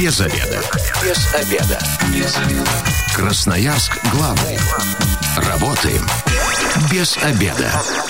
Без обеда. Без обеда. Без обеда. Красноярск главный. Работаем без обеда.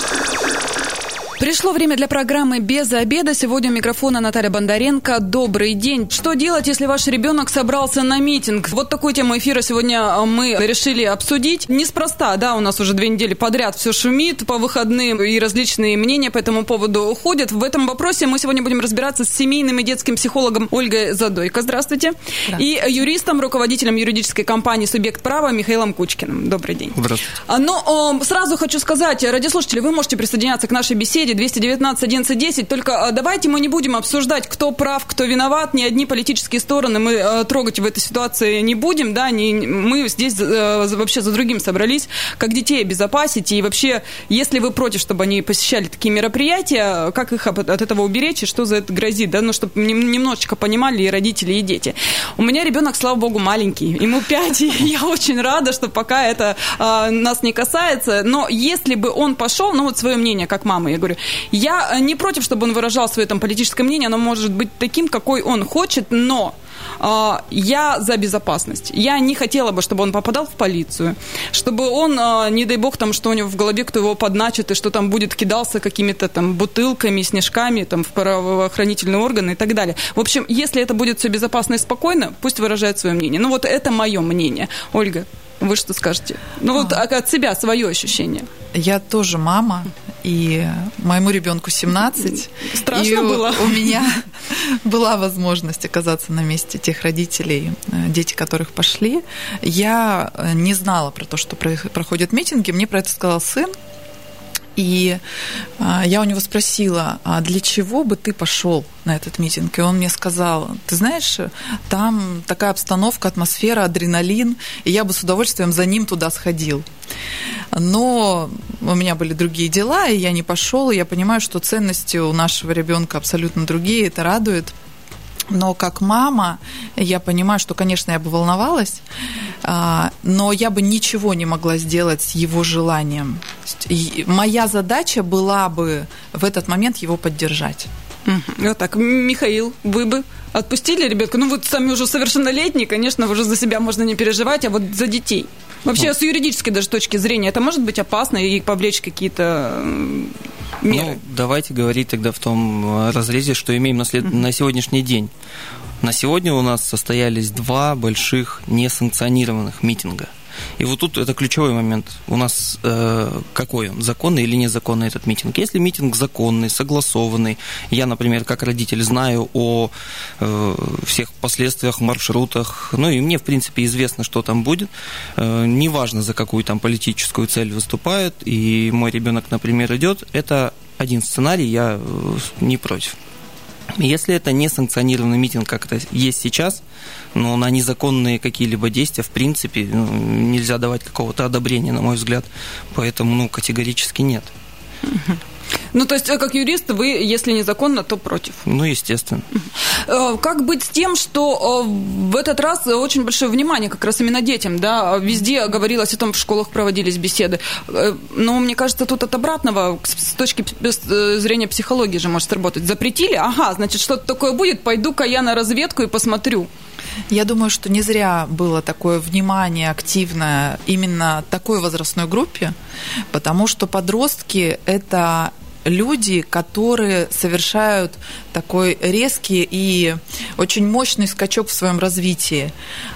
Пришло время для программы «Без обеда». Сегодня у микрофона Наталья Бондаренко. Добрый день. Что делать, если ваш ребенок собрался на митинг? Вот такую тему эфира сегодня мы решили обсудить. Неспроста, да, у нас уже 2 недели подряд все шумит по выходным, и различные мнения по этому поводу уходят. В этом вопросе мы сегодня будем разбираться с семейным и детским психологом Ольгой Задойко. Здравствуйте. И юристом, руководителем юридической компании «Субъект права» Михаилом Кучкиным. Добрый день. Здравствуйте. Но сразу хочу сказать, радиослушатели, вы можете присоединяться к нашей беседе 219-11-10, только давайте мы не будем обсуждать, кто прав, кто виноват, ни одни политические стороны мы трогать в этой ситуации не будем, да, мы здесь вообще за другим собрались, как детей обезопасить, и вообще, если вы против, чтобы они посещали такие мероприятия, как их от этого уберечь, и что за это грозит, да, ну, чтобы немножечко понимали и родители, и дети. У меня ребенок, слава богу, маленький, ему 5, и я очень рада, что пока это нас не касается, но если бы он пошел, ну, вот свое мнение, как мама, я говорю, я не против, чтобы он выражал свое там политическое мнение, оно может быть таким, какой он хочет, но я за безопасность. Я не хотела бы, чтобы он попадал в полицию, чтобы он, не дай бог, там, что у него в голове, кто его подначит, и что там будет, кидался какими-то там бутылками, снежками там, в правоохранительные органы и так далее. В общем, если это будет все безопасно и спокойно, пусть выражает свое мнение. Ну вот это мое мнение. Ольга, вы что скажете? Ну вот от себя свое ощущение. Я тоже мама, и моему ребенку 17. Страшно и было? У меня была возможность оказаться на месте тех родителей, дети которых пошли. Я не знала про то, что проходят митинги. Мне про это сказал сын. И я у него спросила, а для чего бы ты пошел на этот митинг? И он мне сказал, ты знаешь, там такая обстановка, атмосфера, адреналин, и я бы с удовольствием за ним туда сходил. Но у меня были другие дела, и я не пошел, и я понимаю, что ценности у нашего ребенка абсолютно другие, это радует. Но как мама, я понимаю, что, конечно, я бы волновалась, но я бы ничего не могла сделать с его желанием. И моя задача была бы в этот момент его поддержать. Вот так. Михаил, вы бы отпустили ребенка? Ну, вы сами уже совершеннолетние, конечно, уже за себя можно не переживать, а вот за детей. Вообще, с юридической даже точки зрения, это может быть опасно и повлечь какие-то меры? Ну, давайте говорить тогда в том разрезе, что имеем на сегодняшний день. На сегодня у нас состоялись 2 больших несанкционированных митинга. И вот тут это ключевой момент. У нас какой он, законный или незаконный этот митинг? Если митинг законный, согласованный, я, например, как родитель знаю о всех последствиях, маршрутах, ну и мне, в принципе, известно, что там будет, неважно, за какую там политическую цель выступают, и мой ребенок, например, идет, это один сценарий, я не против. Если это не санкционированный митинг, как это есть сейчас, но на незаконные какие-либо действия, в принципе, нельзя давать какого-то одобрения, на мой взгляд. Поэтому, категорически нет. Ну, то есть, как юрист, вы, если незаконно, то против? Ну, естественно. Как быть с тем, что в этот раз очень большое внимание как раз именно детям, да? Везде говорилось о том, в школах проводились беседы. Но, мне кажется, тут от обратного, с точки зрения психологии же может сработать. Запретили? Ага, значит, что-то такое будет, пойду-ка я на разведку и посмотрю. Я думаю, что не зря было такое внимание активное именно такой возрастной группе, потому что подростки – это люди, которые совершают такой резкий и очень мощный скачок в своем развитии.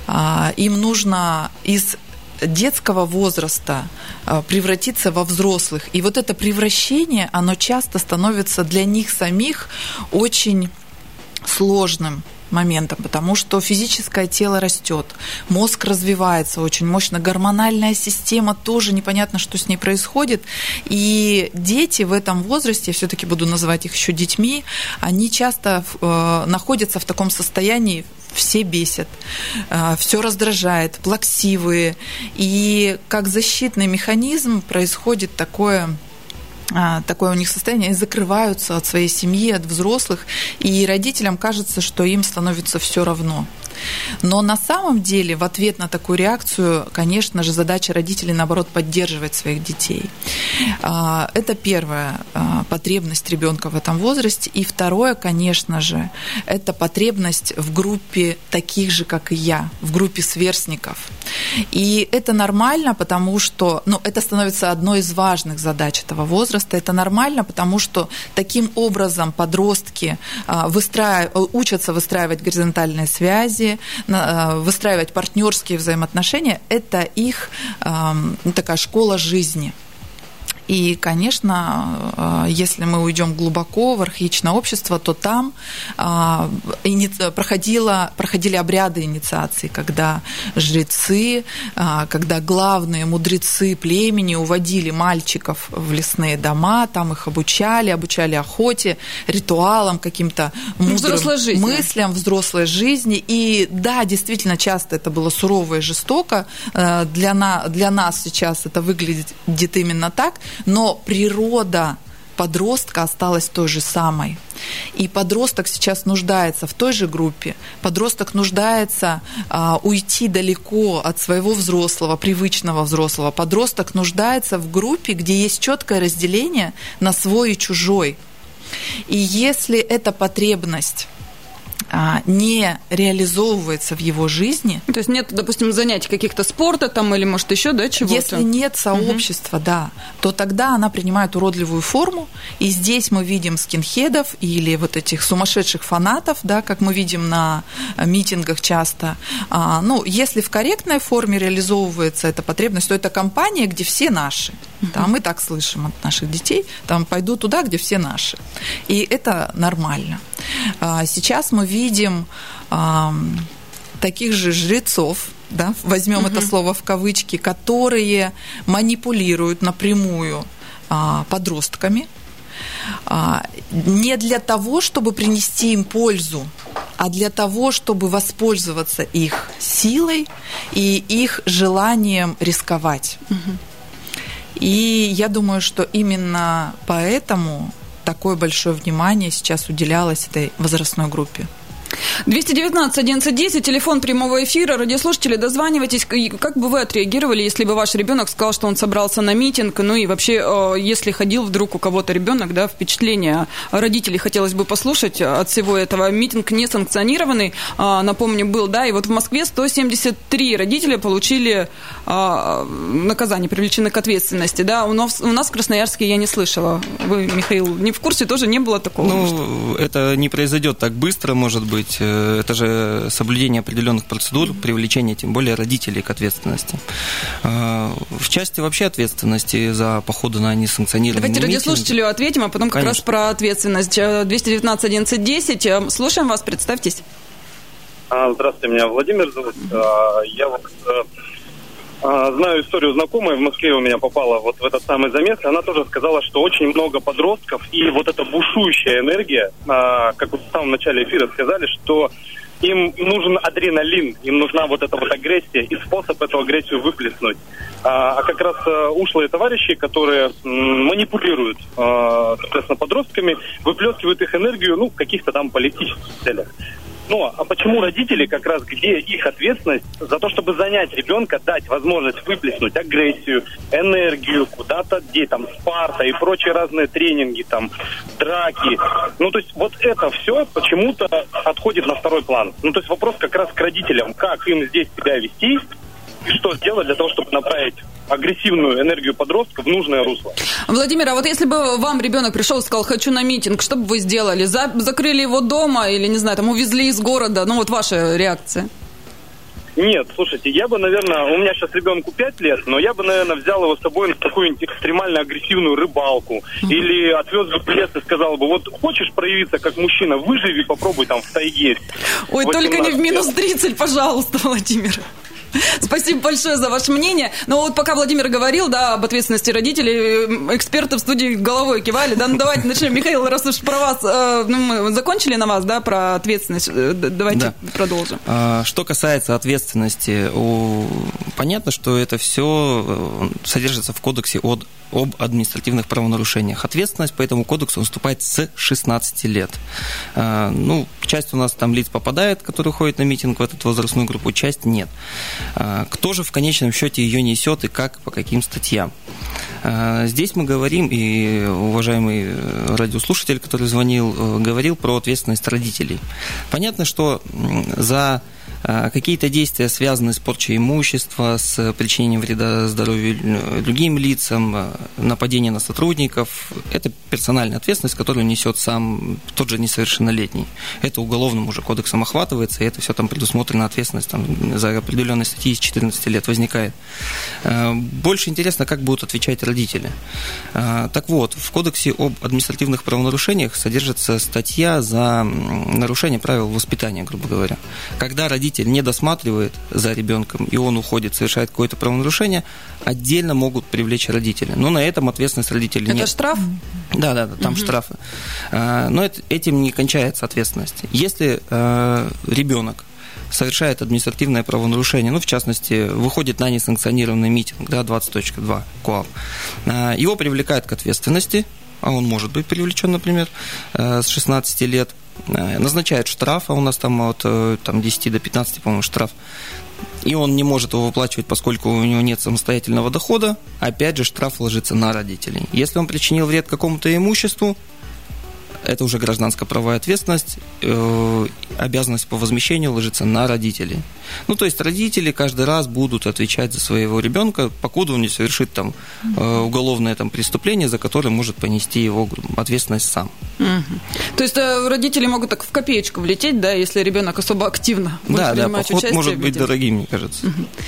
Им нужно из детского возраста превратиться во взрослых. И вот это превращение, оно часто становится для них самих очень сложным моментом, потому что физическое тело растет, мозг развивается очень мощно, гормональная система тоже непонятно, что с ней происходит. И дети в этом возрасте, я все-таки буду называть их еще детьми, они часто находятся в таком состоянии, все бесят, все раздражает, плаксивые. И как защитный механизм происходит такое у них состояние, они закрываются от своей семьи, от взрослых, и родителям кажется, что им становится все равно. Но на самом деле в ответ на такую реакцию, конечно же, задача родителей, наоборот, поддерживать своих детей. Это первая потребность ребенка в этом возрасте. И второе, конечно же, это потребность в группе таких же, как и я, в группе сверстников. И это нормально, потому что это становится одной из важных задач этого возраста. Это нормально, потому что таким образом подростки учатся выстраивать горизонтальные связи, выстраивать партнерские взаимоотношения. Это их такая школа жизни. И, конечно, если мы уйдем глубоко в архаичное общество, то там проходили обряды инициации, когда жрецы, когда главные мудрецы племени уводили мальчиков в лесные дома, там их обучали охоте, ритуалам, каким-то мудрым мыслям, взрослой жизни. И да, действительно, часто это было сурово и жестоко. Для нас сейчас это выглядит именно так, но природа подростка осталась той же самой. И подросток сейчас нуждается в той же группе. Подросток нуждается уйти далеко от своего взрослого, привычного взрослого. Подросток нуждается в группе, где есть четкое разделение на свой и чужой. И если эта потребность не реализовывается в его жизни. То есть нет, допустим, занятий каких-то спорта там или, может, еще, да, чего-то? Если нет сообщества, да, то тогда она принимает уродливую форму, и здесь мы видим скинхедов или вот этих сумасшедших фанатов, да, как мы видим на митингах часто. Если в корректной форме реализовывается эта потребность, то это компания, где все наши. Да, мы так слышим от наших детей, там пойду туда, где все наши. И это нормально. Сейчас мы видим таких же жрецов, да, возьмем это слово в кавычки, которые манипулируют напрямую подростками, не для того, чтобы принести им пользу, а для того, чтобы воспользоваться их силой и их желанием рисковать. И я думаю, что именно поэтому такое большое внимание сейчас уделялось этой возрастной группе. 219-11-10, телефон прямого эфира. Радиослушатели, дозванивайтесь. Как бы вы отреагировали, если бы ваш ребенок сказал, что он собрался на митинг? Ну и вообще, если ходил вдруг у кого-то ребенок, да, впечатление родителей хотелось бы послушать от всего этого. Митинг несанкционированный, напомню, был, да, и вот в Москве 173 родителя получили наказание, привлечены к ответственности, да. У нас в Красноярске я не слышала. Вы, Михаил, не в курсе, тоже не было такого? Это не произойдет так быстро, может быть. Это же соблюдение определенных процедур, привлечение, тем более, родителей к ответственности. В части вообще ответственности за походы на несанкционированные митинги. Давайте радиослушателю ответим, а потом как раз про ответственность. 219-11-10. Слушаем вас, представьтесь. Здравствуйте, меня Владимир зовут. Я знаю историю знакомой, в Москве у меня попала вот в этот самый замес, и она тоже сказала, что очень много подростков, и вот эта бушующая энергия, как вы в самом начале эфира сказали, что им нужен адреналин, им нужна вот эта вот агрессия и способ эту агрессию выплеснуть. А как раз ушлые товарищи, которые манипулируют, соответственно, подростками, выплескивают их энергию, в каких-то там политических целях. А почему родители, как раз где их ответственность за то, чтобы занять ребенка, дать возможность выплеснуть агрессию, энергию куда-то, где там Спарта и прочие разные тренинги, там, драки. То есть вот это все почему-то отходит на второй план. То есть вопрос как раз к родителям, как им здесь себя вести, и что сделать для того, чтобы направить агрессивную энергию подростка в нужное русло. Владимир, а вот если бы вам ребенок пришел и сказал, хочу на митинг, что бы вы сделали? Закрыли его дома или, не знаю, там увезли из города? ваша реакция. Нет, слушайте, я бы, наверное, у меня сейчас ребенку 5 лет, но я бы, наверное, взял его с собой на какую-нибудь экстремально агрессивную рыбалку. Или отвез бы в лес и сказал бы, вот хочешь проявиться как мужчина, выживи, попробуй там в тайге. Ой, только не в минус 30, пожалуйста, Владимир. Спасибо большое за ваше мнение. Но вот пока Владимир говорил, да, об ответственности родителей, эксперты в студии головой кивали. Да, давайте начнем. Михаил, раз уж про вас, мы закончили на вас, да, про ответственность. Давайте продолжим. Что касается ответственности, понятно, что это все содержится в кодексе об административных правонарушениях. Ответственность по этому кодексу наступает с 16 лет. Часть у нас там лиц попадает, которые ходят на митинг в эту возрастную группу, часть нет. Кто же в конечном счете ее несет и как, по каким статьям? Здесь мы говорим, и уважаемый радиослушатель, который звонил, говорил про ответственность родителей. Понятно, что за какие-то действия, связанные с порчей имущества, с причинением вреда здоровью другим лицам, нападение на сотрудников, это персональная ответственность, которую несет сам тот же несовершеннолетний. Это уголовным уже кодексом охватывается, и это все там предусмотрено, ответственность там, за определенные статьи с 14 лет возникает. Больше интересно, как будут отвечать родители. Так вот, в Кодексе об административных правонарушениях содержится статья за нарушение правил воспитания, грубо говоря. Когда родитель не досматривает за ребенком, и он уходит, совершает какое-то правонарушение, отдельно могут привлечь родителей. Но на этом ответственность родителей нет. Это штраф? Да, там штрафы. Но этим не кончается ответственность. Если ребенок совершает административное правонарушение, в частности, выходит на несанкционированный митинг, 20.2 КоАП, его привлекают к ответственности, а он может быть привлечен, например, с 16 лет, назначает штраф, а у нас там от 10 до 15, по-моему, штраф, и он не может его выплачивать, поскольку у него нет самостоятельного дохода, опять же, штраф ложится на родителей. Если он причинил вред какому-то имуществу, это уже гражданско-правовая ответственность, обязанность по возмещению ложится на родителей. То есть родители каждый раз будут отвечать за своего ребенка, покуда он не совершит там уголовное преступление, за которое может понести его ответственность сам. То есть родители могут так в копеечку влететь, да, если ребенок особо активно будет принимать поход участие. Может быть дорогим, мне кажется.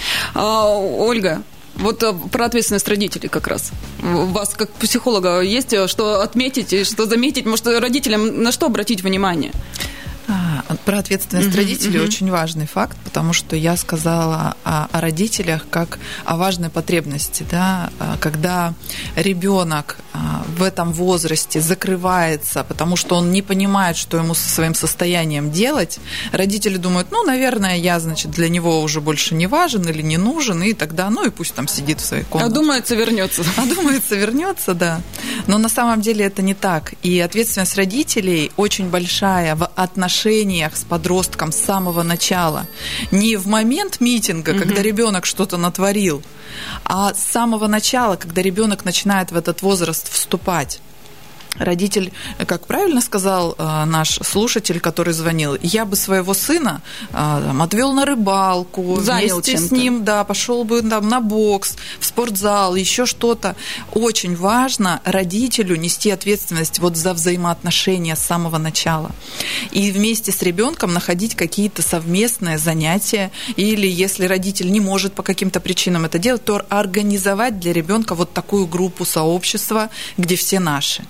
Ольга, вот про ответственность родителей как раз. У вас, как психолога, есть что отметить и что заметить? Может, родителям на что обратить внимание? Про ответственность родителей очень важный факт, потому что я сказала о родителях как о важной потребности. Да? Когда ребенок в этом возрасте закрывается, потому что он не понимает, что ему со своим состоянием делать, родители думают, наверное, я, для него уже больше не важен или не нужен, и тогда, и пусть там сидит в своей комнате. Думается, вернется, да. Но на самом деле это не так. И ответственность родителей очень большая в отношениях с подростком с самого начала. Не в момент митинга, когда ребенок что-то натворил, а с самого начала, когда ребенок начинает в этот возраст вступать. Родитель, как правильно сказал наш слушатель, который звонил, я бы своего сына отвел на рыбалку, вместе с ним, пошел бы на бокс, в спортзал, еще что-то. Очень важно родителю нести ответственность за взаимоотношения с самого начала. И вместе с ребенком находить какие-то совместные занятия, или если родитель не может по каким-то причинам это делать, то организовать для ребенка такую группу сообщества, где все наши.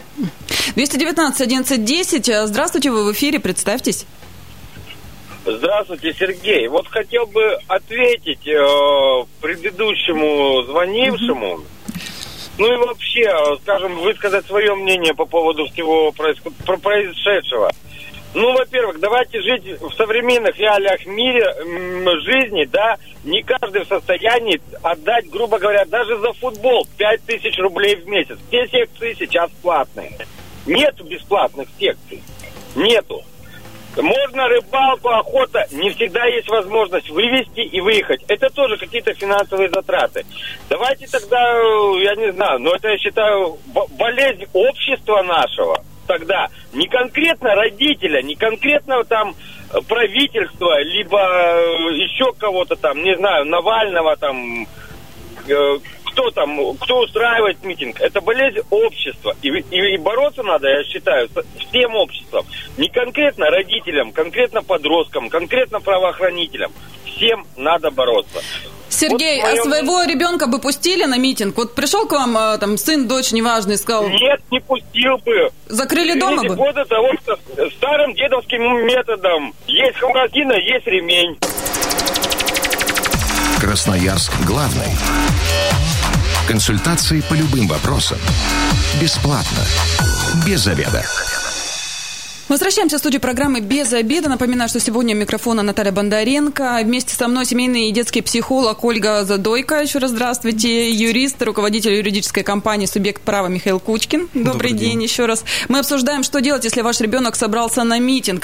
219-11-10. Здравствуйте, вы в эфире, представьтесь. Здравствуйте, Сергей. Хотел бы ответить предыдущему звонившему. И вообще, скажем, высказать свое мнение по поводу всего происшедшего. Во-первых, давайте жить в современных реалиях жизни, не каждый в состоянии отдать, грубо говоря, даже за футбол 5000 рублей в месяц. Все секции сейчас платные. Нету бесплатных секций. Нету. Можно рыбалку, охота, не всегда есть возможность вывести и выехать. Это тоже какие-то финансовые затраты. Давайте тогда, я не знаю, но это, я считаю, болезнь общества нашего. Тогда не конкретно родителя, не конкретно правительства, либо еще кого-то не знаю, Навального кто устраивает митинг. Это болезнь общества. И бороться надо, я считаю, всем обществом. Не конкретно родителям, конкретно подросткам, конкретно правоохранителям. Всем надо бороться. Сергей, а своего ребенка бы пустили на митинг? Пришел к вам сын, дочь, неважно, и сказал... Нет, не пустил бы. Закрыли дома бы? Года того, что старым дедовским методом. Есть хомразина, есть ремень. Красноярск главный. Консультации по любым вопросам. Бесплатно. Без заведа. Возвращаемся в студию программы «Без обеда». Напоминаю, что сегодня у микрофона Наталья Бондаренко. Вместе со мной семейный и детский психолог Ольга Задойко. Еще раз здравствуйте. Юрист, руководитель юридической компании «Субъект права» Михаил Кучкин. Добрый день еще раз. Мы обсуждаем, что делать, если ваш ребенок собрался на митинг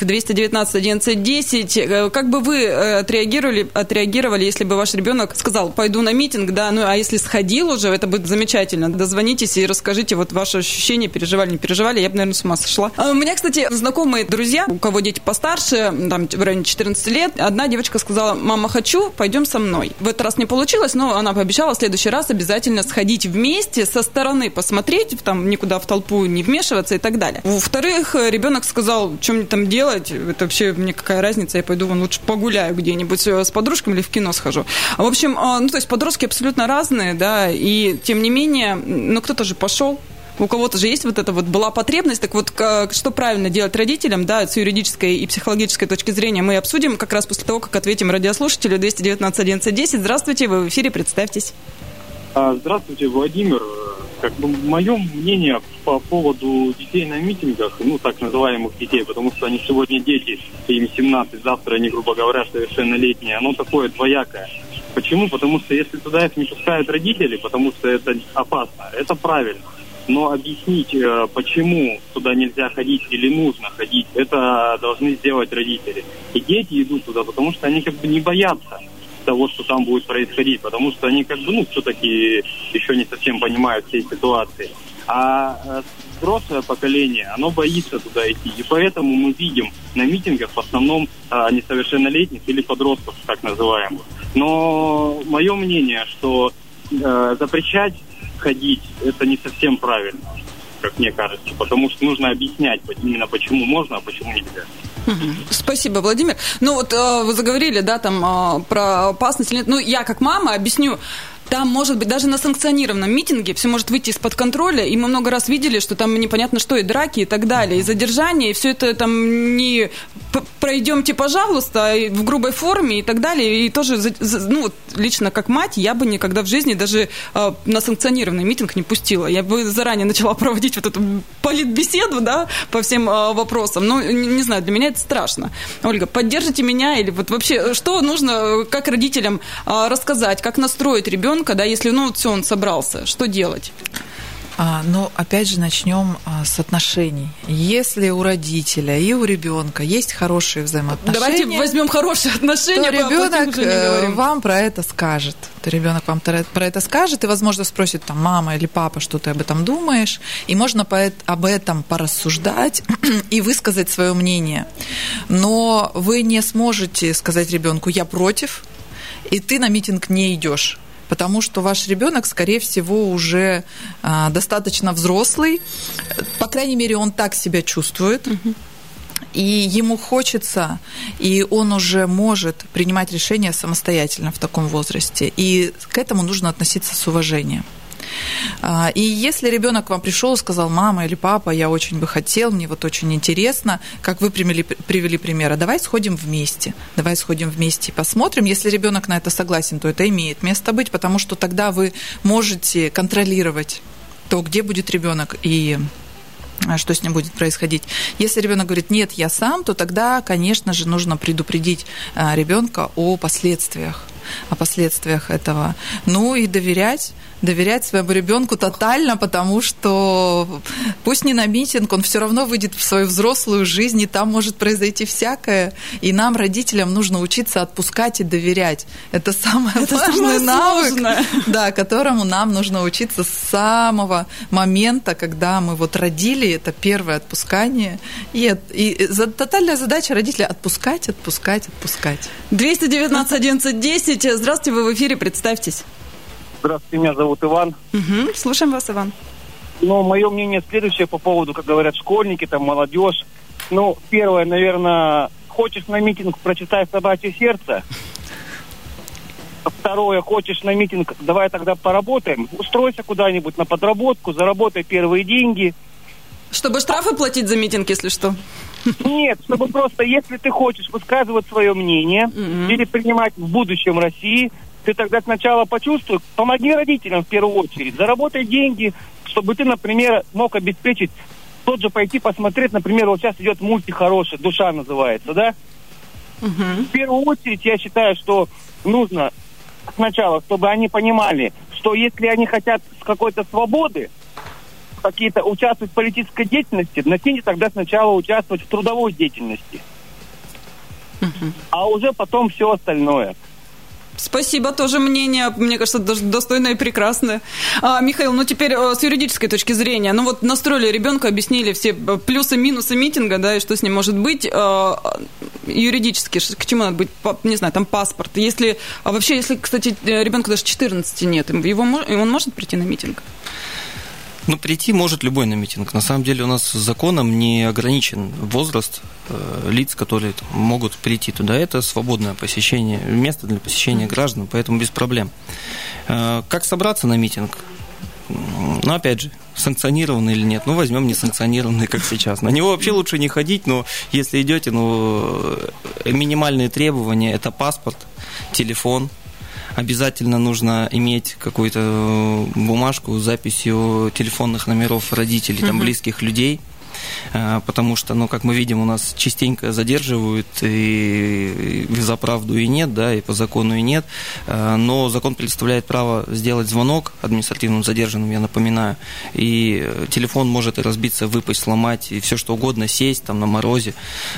219-11-10. Как бы вы отреагировали, если бы ваш ребенок сказал: пойду на митинг, да, ну а если сходил уже, это будет замечательно. Дозвонитесь и расскажите вот ваши ощущения, переживали, не переживали, я бы, наверное, с ума сошла. У меня, кстати, знакомые друзья, у кого дети постарше, там в районе 14 лет, одна девочка сказала: мама, хочу, пойдем со мной. В этот раз не получилось, но она пообещала в следующий раз обязательно сходить вместе, со стороны посмотреть, там никуда в толпу не вмешиваться и так далее. Во-вторых, ребенок сказал: что мне там делать, это вообще мне какая разница, я пойду вон лучше погуляю где-нибудь с подружками или в кино схожу. В общем, ну то есть подростки абсолютно разные, да, и тем не менее, ну кто-то же пошел. У кого-то же есть вот эта вот была потребность. Так вот, что правильно делать родителям, да, с юридической и психологической точки зрения, мы обсудим как раз после того, как ответим радиослушателю 219-11-10. Здравствуйте, вы в эфире, представьтесь. Здравствуйте, Владимир. Как бы мое мнение по поводу детей на митингах, ну, так называемых детей, потому что они сегодня дети, им 17, завтра они, грубо говоря, совершеннолетние, оно такое двоякое. Почему? Потому что если туда их не пускают родители, потому что это опасно, это правильно. Но объяснить, почему туда нельзя ходить или нужно ходить, это должны сделать родители. И дети идут туда, потому что они как бы не боятся того, что там будет происходить, потому что они как бы, ну, все-таки еще не совсем понимают всей ситуации. А взрослое поколение, оно боится туда идти. И поэтому мы видим на митингах в основном несовершеннолетних или подростков, так называемых. Но мое мнение, что запрещать ходить, это не совсем правильно, как мне кажется, потому что нужно объяснять именно почему можно, а почему нельзя. Спасибо, Владимир. Ну вот вы заговорили, да, там про опасность. Ну, я как мама объясню. Там, может быть, даже на санкционированном митинге все может выйти из-под контроля, и мы много раз видели, что там непонятно что, и драки, и так далее, и задержания, и все это там не пройдемте, пожалуйста, в грубой форме и так далее. И тоже, ну, вот, лично как мать, я бы никогда в жизни даже на санкционированный митинг не пустила. Я бы заранее начала проводить вот эту политбеседу, да, по всем вопросам. Ну, не знаю, для меня это страшно. Ольга, поддержите меня, или вот вообще, что нужно, как родителям рассказать, как настроить ребенка, да, если, ну, все, он собрался, что делать? Ну, опять же, начнем с отношений. Если у родителя и у ребенка есть хорошие взаимоотношения, давайте возьмем хорошие отношения, то ребенок вам про это скажет. Ребенок вам про это скажет и, возможно, спросит там: мама или папа, что ты об этом думаешь? И можно об этом порассуждать и высказать свое мнение. Но вы не сможете сказать ребенку: я против, и ты на митинг не идешь. Потому что ваш ребенок, скорее всего, уже достаточно взрослый, по крайней мере, он так себя чувствует, и ему хочется, и он уже может принимать решения самостоятельно в таком возрасте, и к этому нужно относиться с уважением. И если ребенок к вам пришел и сказал: мама или папа, я очень бы хотел, мне вот очень интересно, как вы привели пример, давай сходим вместе и посмотрим. Если ребенок на это согласен, то это имеет место быть, потому что тогда вы можете контролировать то, где будет ребенок и что с ним будет происходить. Если ребенок говорит: нет, я сам, то тогда, конечно же, нужно предупредить ребенка о последствиях этого. Ну и доверять своему ребенку тотально, потому что пусть не на митинг, он все равно выйдет в свою взрослую жизнь, и там может произойти всякое. И нам, родителям, нужно учиться отпускать и доверять. Это самый важный навык, да, которому нам нужно учиться с самого момента, когда мы вот родили, это первое отпускание. И тотальная задача родителя — отпускать. 219-11-10. Здравствуйте, вы в эфире, представьтесь. Здравствуйте, меня зовут Иван. Слушаем вас, Иван. Ну, мое мнение следующее по поводу, как говорят школьники, там, молодежь. Ну, первое, наверное, хочешь на митинг, прочитай «Собачье сердце». Второе, хочешь на митинг, давай тогда поработаем. Устройся куда-нибудь на подработку, заработай первые деньги. Чтобы штрафы платить за митинг, если что? Нет, чтобы просто, если ты хочешь высказывать свое мнение или принимать в будущем России, ты тогда сначала почувствуй, помоги родителям в первую очередь, заработай деньги, чтобы ты, например, мог обеспечить тот же пойти посмотреть, например, вот сейчас идет мультик хороший, «Душа» называется, да? В первую очередь я считаю, что нужно сначала, чтобы они понимали, что если они хотят какой-то свободы, какие-то участвовать в политической деятельности, начните тогда сначала участвовать в трудовой деятельности. А уже потом все остальное. Спасибо, тоже мнение, мне кажется, достойное и прекрасное. Михаил, ну теперь с юридической точки зрения, ну вот настроили ребенка, объяснили все плюсы-минусы митинга, да, и что с ним может быть юридически, к чему надо быть, не знаю, там паспорт. Если, кстати, ребенку даже 14 нет, он может прийти на митинг? Ну, прийти может любой на митинг. На самом деле у нас законом не ограничен возраст лиц, которые могут прийти туда. Это свободное посещение, место для посещения граждан, поэтому без проблем. Как собраться на митинг? Ну, опять же, санкционированный или нет? Ну, возьмем несанкционированный, как сейчас. На него вообще лучше не ходить, но если идете, минимальные требования – это паспорт, телефон. Обязательно нужно иметь какую-то бумажку с записью телефонных номеров родителей, там, близких людей, потому что, как мы видим, у нас частенько задерживают, и за правду и нет, да, и по закону и нет, но закон предоставляет право сделать звонок административным задержанным, я напоминаю, и телефон может и разбиться, выпасть, сломать, и все что угодно, сесть там на морозе,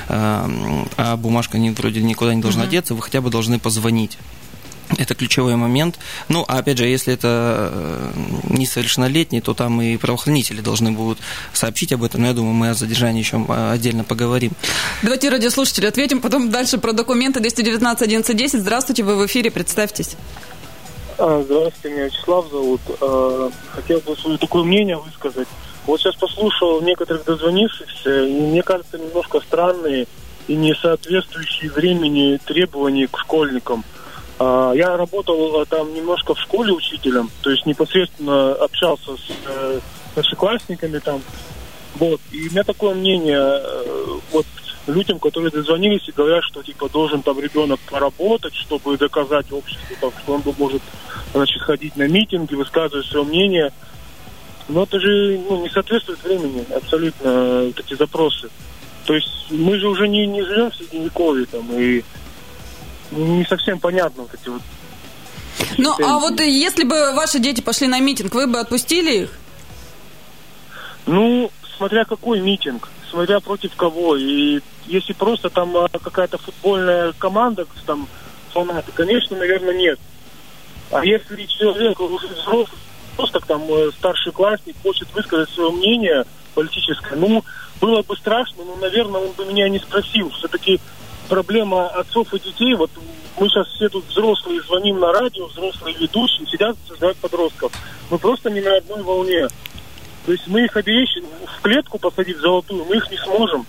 а бумажка вроде никуда не должна деться, вы хотя бы должны позвонить. Это ключевой момент. Ну, а опять же, если это несовершеннолетний, то там и правоохранители должны будут сообщить об этом. Но я думаю, мы о задержании еще отдельно поговорим. Давайте радиослушатели ответим, потом дальше про документы. 219-11-10. Здравствуйте, вы в эфире, представьтесь. Здравствуйте, меня Вячеслав зовут. Хотел бы свое такое мнение высказать. Вот сейчас послушал некоторых дозвонившихся, и мне кажется, немножко странные и не соответствующие времени требования к школьникам. Я работал там немножко в школе учителем, то есть непосредственно общался с старшеклассниками там. Вот. И у меня такое мнение, вот людям, которые дозвонились и говорят, что типа должен там ребенок поработать, чтобы доказать обществу, там, что он может, значит, ходить на митинги, высказывать свое мнение. Но это же не соответствует времени абсолютно, вот эти запросы. То есть мы же уже не живем в Средневековье там, и не совсем понятно вот эти вот. Ну, а вот если бы ваши дети пошли на митинг, вы бы отпустили их? Ну, смотря какой митинг, смотря против кого. И если просто там какая-то футбольная команда, там фанаты, конечно, наверное, нет. А если человек уже взрослый, просто там старшеклассник хочет высказать свое мнение политическое, было бы страшно, но, наверное, он бы меня не спросил. Все-таки проблема отцов и детей, вот мы сейчас все тут взрослые звоним на радио, взрослые ведущие, сидят, обсуждают подростков. Мы просто не на одной волне. То есть мы их оберечь, в клетку посадить золотую, мы их не сможем.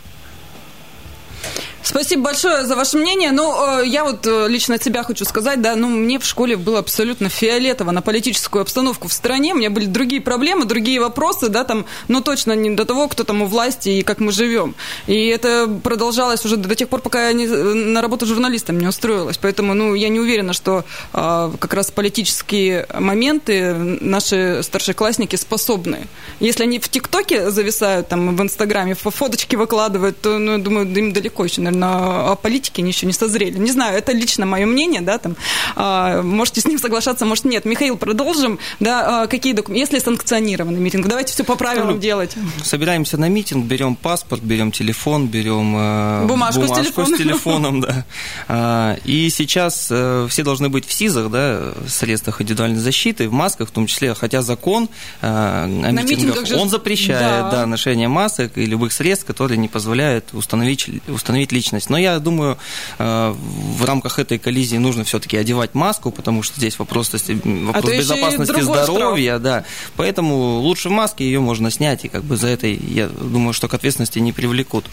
Спасибо большое за ваше мнение. Ну, я вот лично от себя хочу сказать, да, мне в школе было абсолютно фиолетово на политическую обстановку в стране. У меня были другие проблемы, другие вопросы, да, там, но точно не до того, кто там у власти и как мы живем. И это продолжалось уже до тех пор, пока я на работу журналистом не устроилась. Поэтому, я не уверена, что как раз политические моменты наши старшеклассники способны. Если они в ТикТоке зависают, там, в Инстаграме, фоточки выкладывают, то, я думаю, им далеко еще, наверное, о политике они еще не созрели. Не знаю, это лично мое мнение, да, там, можете с ним соглашаться, может, нет. Михаил, продолжим, да, какие документы, если санкционированный митинг, давайте все по правилам делать. Собираемся на митинг, берем паспорт, берем телефон, берем бумажку с телефоном, да. И сейчас все должны быть в СИЗах, да, в средствах индивидуальной защиты, в масках в том числе, хотя закон о митингах, он запрещает, да, ношение масок и любых средств, которые не позволяют установить личность. Но я думаю, в рамках этой коллизии нужно все-таки одевать маску, потому что здесь вопрос безопасности здоровья, да. Поэтому лучше в маске ее можно снять, и как бы за это, я думаю, что к ответственности не привлекут.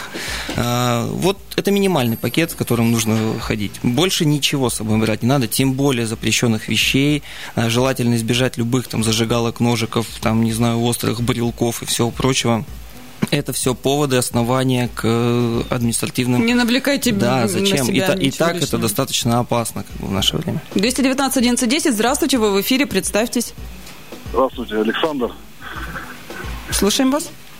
Вот это минимальный пакет, с которым нужно ходить. Больше ничего с собой брать не надо, тем более запрещенных вещей. Желательно избежать любых там зажигалок, ножиков, там, не знаю, острых брелков и всего прочего. Это все поводы, основания к административным... Не навлекайте на себя и так лишнего. Это достаточно опасно в наше время. 219-11-10, здравствуйте, вы в эфире, представьтесь. Здравствуйте, Александр. Слушаем вас.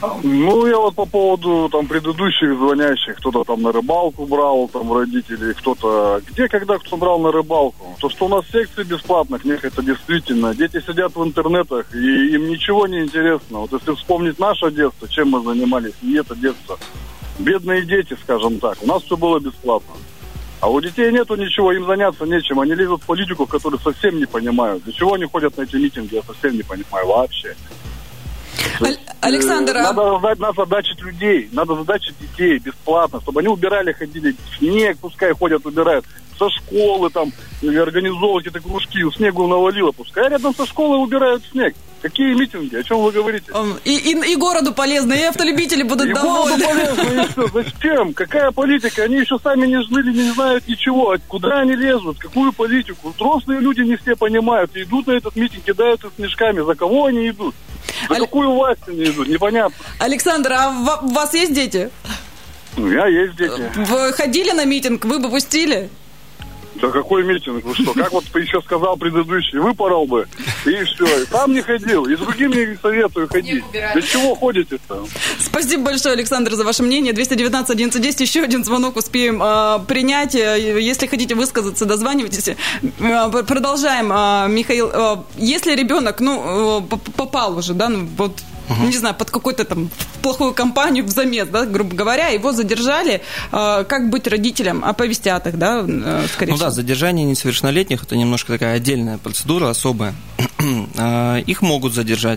Ну, я вот по поводу там предыдущих звонящих, кто-то там на рыбалку брал, там родители, кто-то где, когда кто брал на рыбалку. То, что у нас секций бесплатных нет, это действительно. Дети сидят в интернетах, и им ничего не интересно. Вот если вспомнить наше детство, чем мы занимались, и это детство. Бедные дети, скажем так. У нас все было бесплатно. А у детей нету ничего, им заняться нечем. Они лезут в политику, которую совсем не понимают. Для чего они ходят на эти митинги, я совсем не понимаю вообще. Александр, надо задачить людей, надо задачить детей бесплатно, чтобы они убирали, ходили в снег, пускай ходят, убирают. Со школы там организовывать эти кружки, снегу навалило, пускай рядом со школой убирают снег. Какие митинги? О чем вы говорите? И городу полезно, и автолюбители будут довольны. И городу полезно, и все. Зачем? Какая политика? Они еще сами не жили, не знают ничего. Куда они лезут? Какую политику? Взрослые люди не все понимают. И идут на этот митинг, кидаются снежками. За кого они идут? За какую власть они идут? Непонятно. Александр, а у вас есть дети? У меня есть дети. Вы ходили на митинг? Вы бы пустили? Да какой митинг? Вы что? Как вот еще сказал предыдущий, выпорол бы, и все. И сам не ходил, и другим не советую ходить. Для чего ходите-то? Спасибо большое, Александр, за ваше мнение. 219-11-10, еще один звонок успеем принять. Если хотите высказаться, дозванивайтесь. Продолжаем, Михаил. Если ребенок, попал уже, да, не знаю, под какую-то там плохую компанию в замес, да, грубо говоря, его задержали, как быть родителям? Оповестят их, да, скорее всего? Да, задержание несовершеннолетних – это немножко такая отдельная процедура, особая. Их могут задержать.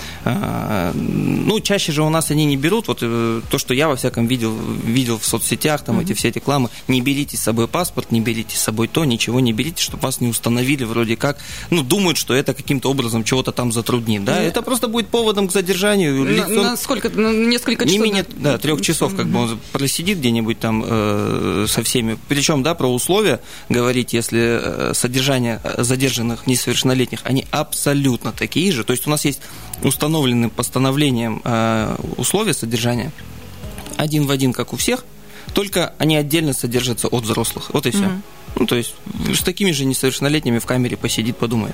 Чаще же у нас они не берут, вот то, что я во всяком видел в соцсетях, там все эти рекламы, не берите с собой паспорт, не берите с собой то, ничего не берите, чтобы вас не установили вроде как, думают, что это каким-то образом чего-то там затруднит, да, это просто будет поводом к задержанию. На сколько? Несколько часов? Не менее 3 часов, как бы он просидит где-нибудь там со всеми, причем, да, про условия говорить, если содержание задержанных несовершеннолетних, они абсолютно такие же, то есть у нас есть установлены постановлением условия содержания один в один, как у всех, только они отдельно содержатся от взрослых. Вот и все. То есть с такими же несовершеннолетними в камере посидит, подумает.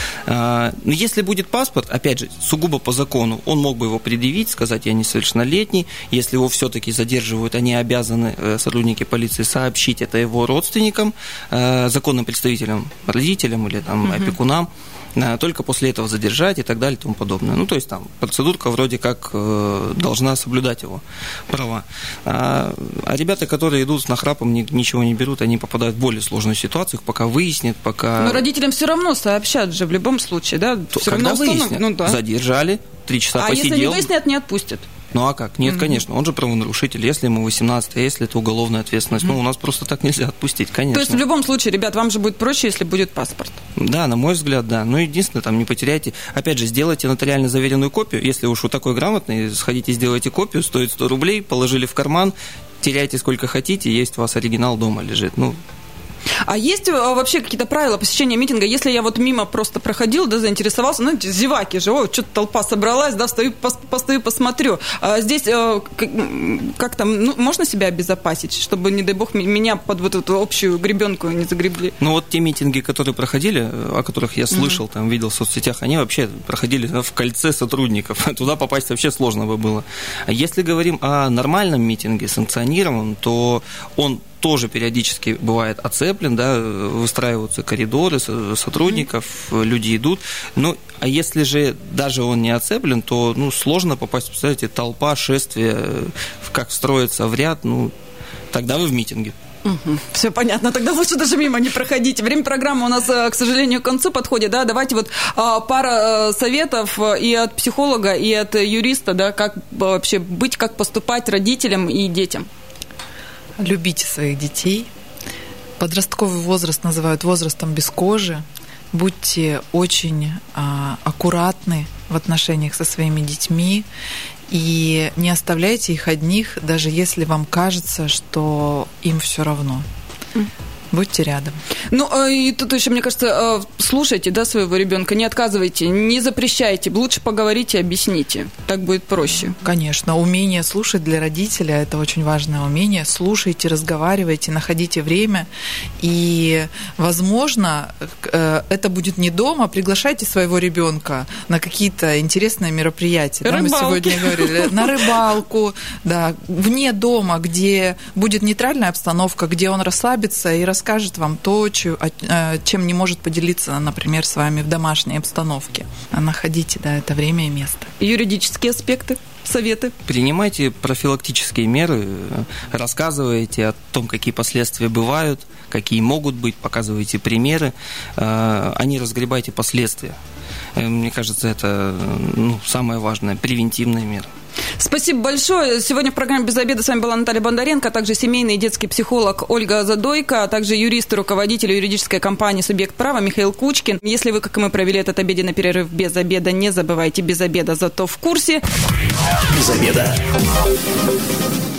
Но если будет паспорт, опять же, сугубо по закону, он мог бы его предъявить, сказать, я несовершеннолетний. Если его все-таки задерживают, они обязаны, сотрудники полиции, сообщить это его родственникам, законным представителям, родителям или там, опекунам. Только после этого задержать и так далее и тому подобное. То есть там процедурка вроде как должна соблюдать его права. А ребята, которые идут с нахрапом, ничего не берут, они попадают в более сложную ситуацию, пока выяснят, пока... Но родителям все равно сообщат же в любом случае, да? Все когда равно выяснят, задержали, 3 часа посидел. А если не выяснят, не отпустят? А как? Нет, конечно, он же правонарушитель, если ему 18, а если это уголовная ответственность, у нас просто так нельзя отпустить, конечно. То есть в любом случае, ребят, вам же будет проще, если будет паспорт? Да, на мой взгляд, да. Единственное, там не потеряйте, опять же, сделайте нотариально заверенную копию, если уж вы такой грамотный, сходите, сделайте копию, стоит 100 рублей, положили в карман, теряйте сколько хотите, есть у вас оригинал дома лежит, А есть вообще какие-то правила посещения митинга? Если я мимо просто проходил, да, заинтересовался, зеваки же, что-то толпа собралась, да, постою, посмотрю. А здесь как там, можно себя обезопасить, чтобы, не дай бог, меня под вот эту общую гребенку не загребли? Те митинги, которые проходили, о которых я слышал, там, видел в соцсетях, они вообще проходили в кольце сотрудников. Туда попасть вообще сложно бы было. А если говорим о нормальном митинге, санкционированном, то он тоже периодически бывает оцеплен, да, выстраиваются коридоры сотрудников, люди идут. А если же даже он не оцеплен, то сложно попасть. Представляете, толпа, шествие, как строится в ряд, тогда вы в митинге. Все понятно, тогда лучше даже мимо не проходите. Время программы у нас, к сожалению, к концу подходит, да, давайте пара советов и от психолога, и от юриста, да, как вообще быть, как поступать родителям и детям. Любите своих детей. Подростковый возраст называют возрастом без кожи. Будьте очень аккуратны в отношениях со своими детьми и не оставляйте их одних, даже если вам кажется, что им все равно. Будьте рядом. Ну, и тут еще, мне кажется, слушайте, да, своего ребенка, не отказывайте, не запрещайте, лучше поговорите, объясните. Так будет проще. Конечно, умение слушать для родителя – это очень важное умение. Слушайте, разговаривайте, находите время. И, возможно, это будет не дома. Приглашайте своего ребенка на какие-то интересные мероприятия. Да, мы сегодня говорили. На рыбалку, да, вне дома, где будет нейтральная обстановка, где он расслабится и расскажет вам то, чем не может поделиться, например, с вами в домашней обстановке. Находите, да, это время и место. Юридические аспекты, советы? Принимайте профилактические меры, рассказывайте о том, какие последствия бывают, какие могут быть, показывайте примеры, а не разгребайте последствия. Мне кажется, это самое важное, превентивная мера. Спасибо большое. Сегодня в программе «Без обеда» с вами была Наталья Бондаренко, а также семейный и детский психолог Ольга Задойко, а также юрист и руководитель юридической компании «Субъект права» Михаил Кучкин. Если вы, как и мы, провели этот обеденный перерыв без обеда, не забывайте, без обеда, зато в курсе. Без обеда.